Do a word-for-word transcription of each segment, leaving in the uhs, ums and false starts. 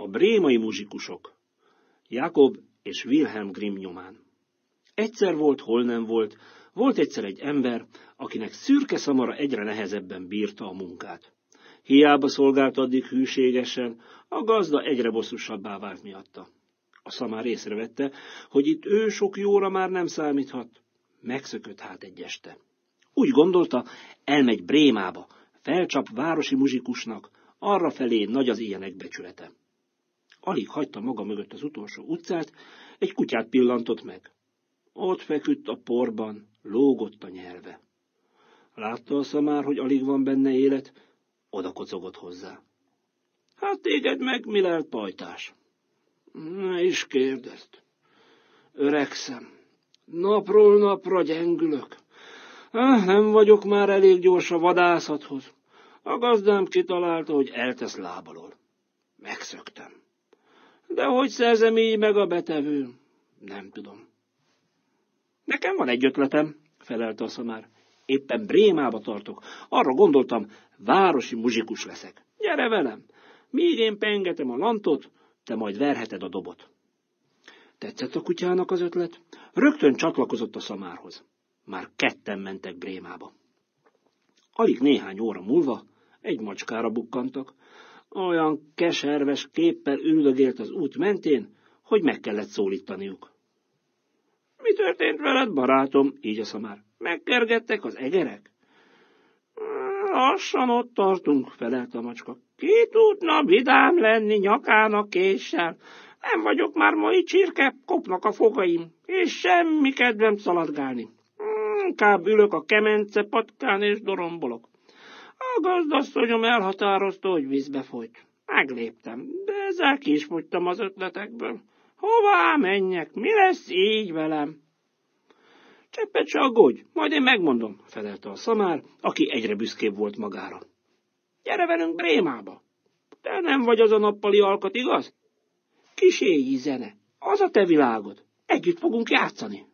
A brémai muzsikusok. Jakob és Wilhelm Grimm nyomán. Egyszer volt, hol nem volt, volt egyszer egy ember, akinek szürke szamara egyre nehezebben bírta a munkát. Hiába szolgált addig hűségesen, a gazda egyre bosszusabbá vált miatta. A szamár észrevette, hogy itt ő sok jóra már nem számíthat. Megszökött hát egy este. Úgy gondolta, elmegy Brémába, felcsap városi muzsikusnak, arrafelé nagy az ilyenek becsülete. Alig hagyta maga mögött az utolsó utcát, egy kutyát pillantott meg. Ott feküdt a porban, lógott a nyelve. Látta a szamár, hogy alig van benne élet, oda kocogott hozzá. Hát téged meg mi lelt, pajtás? Ne is kérdezd. Öregszem. Napról napra gyengülök. Ah, nem vagyok már elég gyors a vadászathoz. A gazdám kitalálta, hogy eltesz lábalól. Megszöktem. De hogy szerzem így meg a betevőm? Nem tudom. Nekem van egy ötletem, felelte a szamár. Éppen Brémába tartok. Arra gondoltam, városi muzsikus leszek. Gyere velem. Míg én pengetem a lantot, te majd verheted a dobot. Tetszett a kutyának az ötlet? Rögtön csatlakozott a szamárhoz. Már ketten mentek Brémába. Alig néhány óra múlva egy macskára bukkantak. Olyan keserves képpel üldögélt az út mentén, hogy meg kellett szólítaniuk. Mi történt veled, barátom? Így a szamár. Megkergettek az egerek? Lassan ott tartunk, felelt a macska. Ki tudna vidám lenni nyakának késsel? Nem vagyok már mai csirke, kopnak a fogaim, és semmi kedvem szaladgálni. Inkább ülök a kemence patkán és dorombolok. A gazdasszonyom elhatározta, hogy vízbe folyt. Megléptem, de ezzel ki is fogytam az ötletekből. Hová menjek? Mi lesz így velem? Cseppet se aggódj, majd én megmondom, felelte a szamár, aki egyre büszkébb volt magára. Gyere velünk Brémába. Te nem vagy az a nappali alkat, igaz? Kis éjjel zene, az a te világod. Együtt fogunk játszani.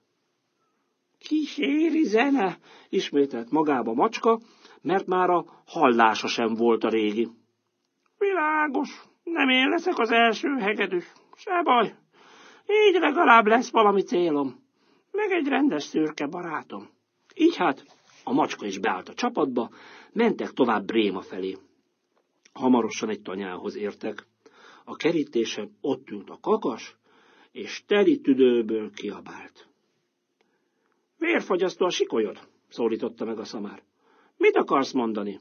Kíséri zene, ismételt magába macska, mert már a hallása sem volt a régi. Világos, nem én leszek az első hegedűs, se baj. Így legalább lesz valami célom, meg egy rendes szürke barátom. Így hát a macska is beállt a csapatba, mentek tovább Bréma felé. Hamarosan egy tanyához értek. A kerítésen ott ült a kakas, és teli tüdőből kiabált. Vérfagyasztó a sikolyod, szólította meg a szamár. Mit akarsz mondani?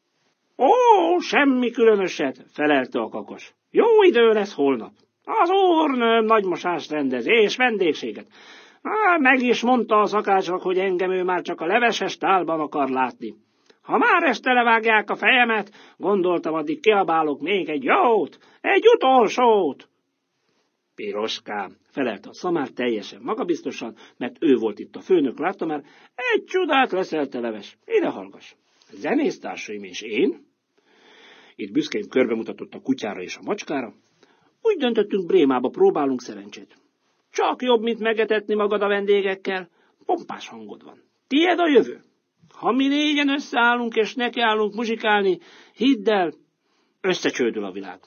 Ó, semmi különöset, felelte a kakas. Jó idő lesz holnap. Az úrnőm nagymosást rendez, és vendégséget. Á, meg is mondta a szakácsnak, hogy engem ő már csak a leveses tálban akar látni. Ha már este levágják a fejemet, gondoltam, addig kiabálok még egy jót, egy utolsót. Piroskám, felelte a szamár teljesen magabiztosan, mert ő volt itt a főnök, látta már, egy csodát leszel te leves, ide hallgass. Zenésztársaim és én, itt büszkén körbemutatott a kutyára és a macskára, úgy döntöttünk, Brémába próbálunk szerencsét. Csak jobb, mint megetetni magad a vendégekkel, pompás hangod van. Tied a jövő. Ha mi négyen összeállunk és nekiállunk muzsikálni, hidd el, összecsődül a világ.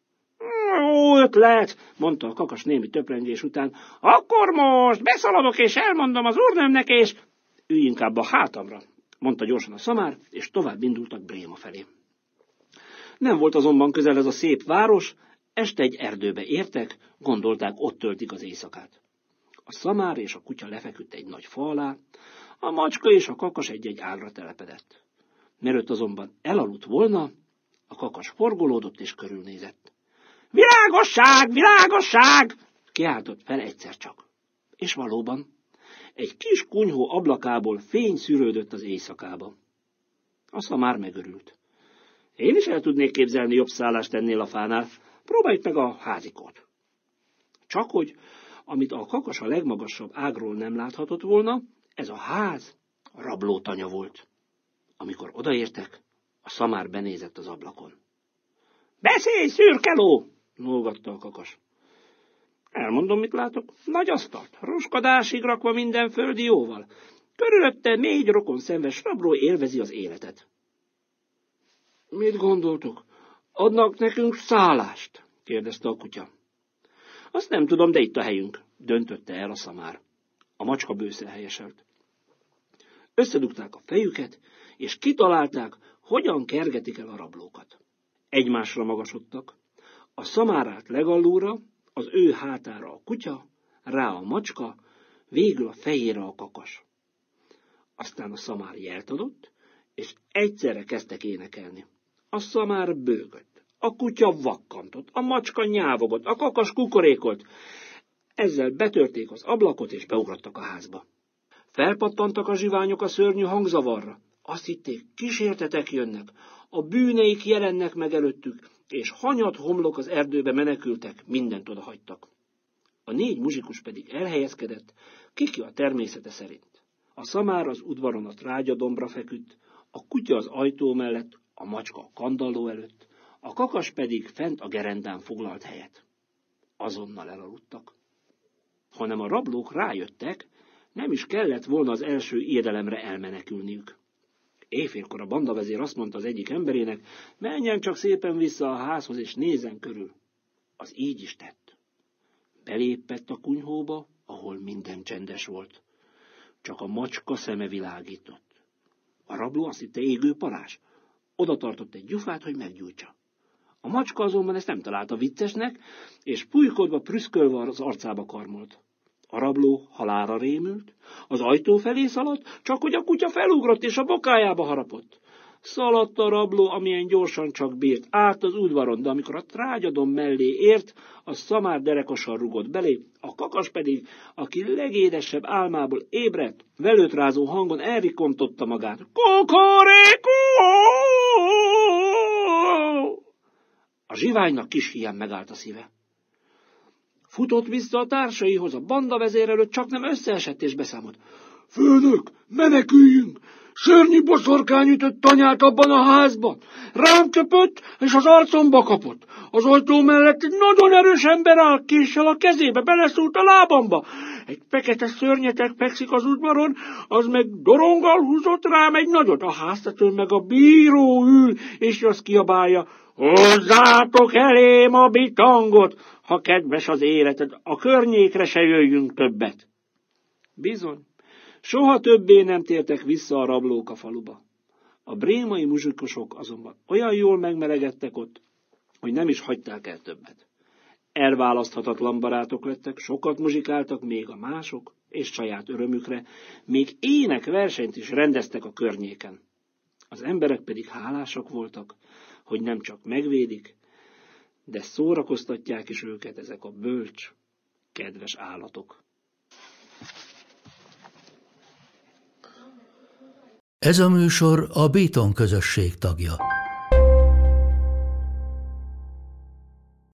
Jó ötlet, mondta a kakas némi töprengés után. Akkor most beszaladok és elmondom az úrnőmnek, és ülj inkább a hátamra, mondta gyorsan a szamár, és tovább indultak Bréma felé. Nem volt azonban közel ez a szép város, este egy erdőbe értek, gondolták, ott töltik az éjszakát. A szamár és a kutya lefeküdt egy nagy fa alá, a macska és a kakas egy-egy ágra telepedett. Mielőtt azonban elaludt volna, a kakas forgolódott és körülnézett. Világosság, világosság! Kiáltott fel egyszer csak. És valóban, egy kis kunyhó ablakából fény szűrődött az éjszakába. A szamár megörült. Én is el tudnék képzelni jobb szállást ennél a fánál, próbáljuk meg a házikót. Csak hogy, amit a kakas a legmagasabb ágról nem láthatott volna, ez a ház a rablótanya volt. Amikor odaértek, a szamár benézett az ablakon. Beszélj, szürke ló! Nógatta a kakas. Elmondom, mit látok. Nagy asztalt, roskadásig rakva minden földi jóval. Körülötte négy rokon szenves rabló élvezi az életet. Mit gondoltok? Adnak nekünk szállást? kérdezte a kutya. Azt nem tudom, de itt a helyünk, döntötte el a szamár. A macska bőszen helyeselt. Összedugták a fejüket, és kitalálták, hogyan kergetik el a rablókat. Egymásra magasodtak, a szamár állt legallóra, az ő hátára a kutya, rá a macska, végül a fejére a kakas. Aztán a szamár jelt adott, és egyszerre kezdtek énekelni. A szamár bőgött, a kutya vakkantott, a macska nyávogott, a kakas kukorékolt. Ezzel betörték az ablakot, és beugrottak a házba. Felpattantak a zsiványok a szörnyű hangzavarra. Azt hitték, kísértetek jönnek, a bűneik jelennek meg előttük, és hanyat homlok az erdőbe menekültek, mindent odahagytak. A négy muzsikus pedig elhelyezkedett, kiki a természete szerint. A szamár az udvaron a trágyadombra feküdt, a kutya az ajtó mellett, a macska a kandalló előtt, a kakas pedig fent a gerendán foglalt helyet. Azonnal elaludtak. Hanem a rablók rájöttek, nem is kellett volna az első ijedelemre elmenekülniük. Éjfélkor a bandavezér azt mondta az egyik emberének, menjen csak szépen vissza a házhoz, és nézzen körül. Az így is tett. Belépett a kunyhóba, ahol minden csendes volt. Csak a macska szeme világított. A rabló azt hitte égő parázs. Oda tartott egy gyufát, hogy meggyújtsa. A macska azonban ezt nem találta viccesnek, és pulykodva, prüszkölve az arcába karmolt. A rabló halálra rémült, az ajtó felé szaladt, csak hogy a kutya felugrott és a bokájába harapott. Szaladt a rabló, amilyen gyorsan csak bírt, át az udvaron, de amikor a trágyadon mellé ért, a szamár derekasan rugott belé, a kakas pedig, aki legédesebb álmából ébredt, velőtrázó hangon elrikontotta magát. Kukorékó! A zsiványnak kis híján megállt a szíve. Futott vissza a társaihoz, a bandavezér előtt csak nem összeesett és beszámolt. Főnök, meneküljünk! Szörnyű boszorkány ütött anyát abban a házban. Rám csöpött, és az arcomba kapott. Az ajtó mellett egy nagyon erős ember áll késsel a kezébe, beleszúrt a lábamba. Egy fekete szörnyetek fekszik az udvaron, az meg doronggal húzott rám egy nagyot. A háztetőn meg a bíró ül, és azt kiabálja. Hozzátok elém a bitangot, ha kedves az életed, a környékre se jöjjünk többet. Bizony, soha többé nem tértek vissza a rablók a faluba. A brémai muzsikosok azonban olyan jól megmelegedtek ott, hogy nem is hagyták el többet. Elválaszthatatlan barátok lettek, sokat muzsikáltak még a mások, és saját örömükre, még énekversenyt is rendeztek a környéken. Az emberek pedig hálásak voltak, hogy nem csak megvédik, de szórakoztatják is őket ezek a bölcs, kedves állatok. Ez a műsor a Béton közösség tagja.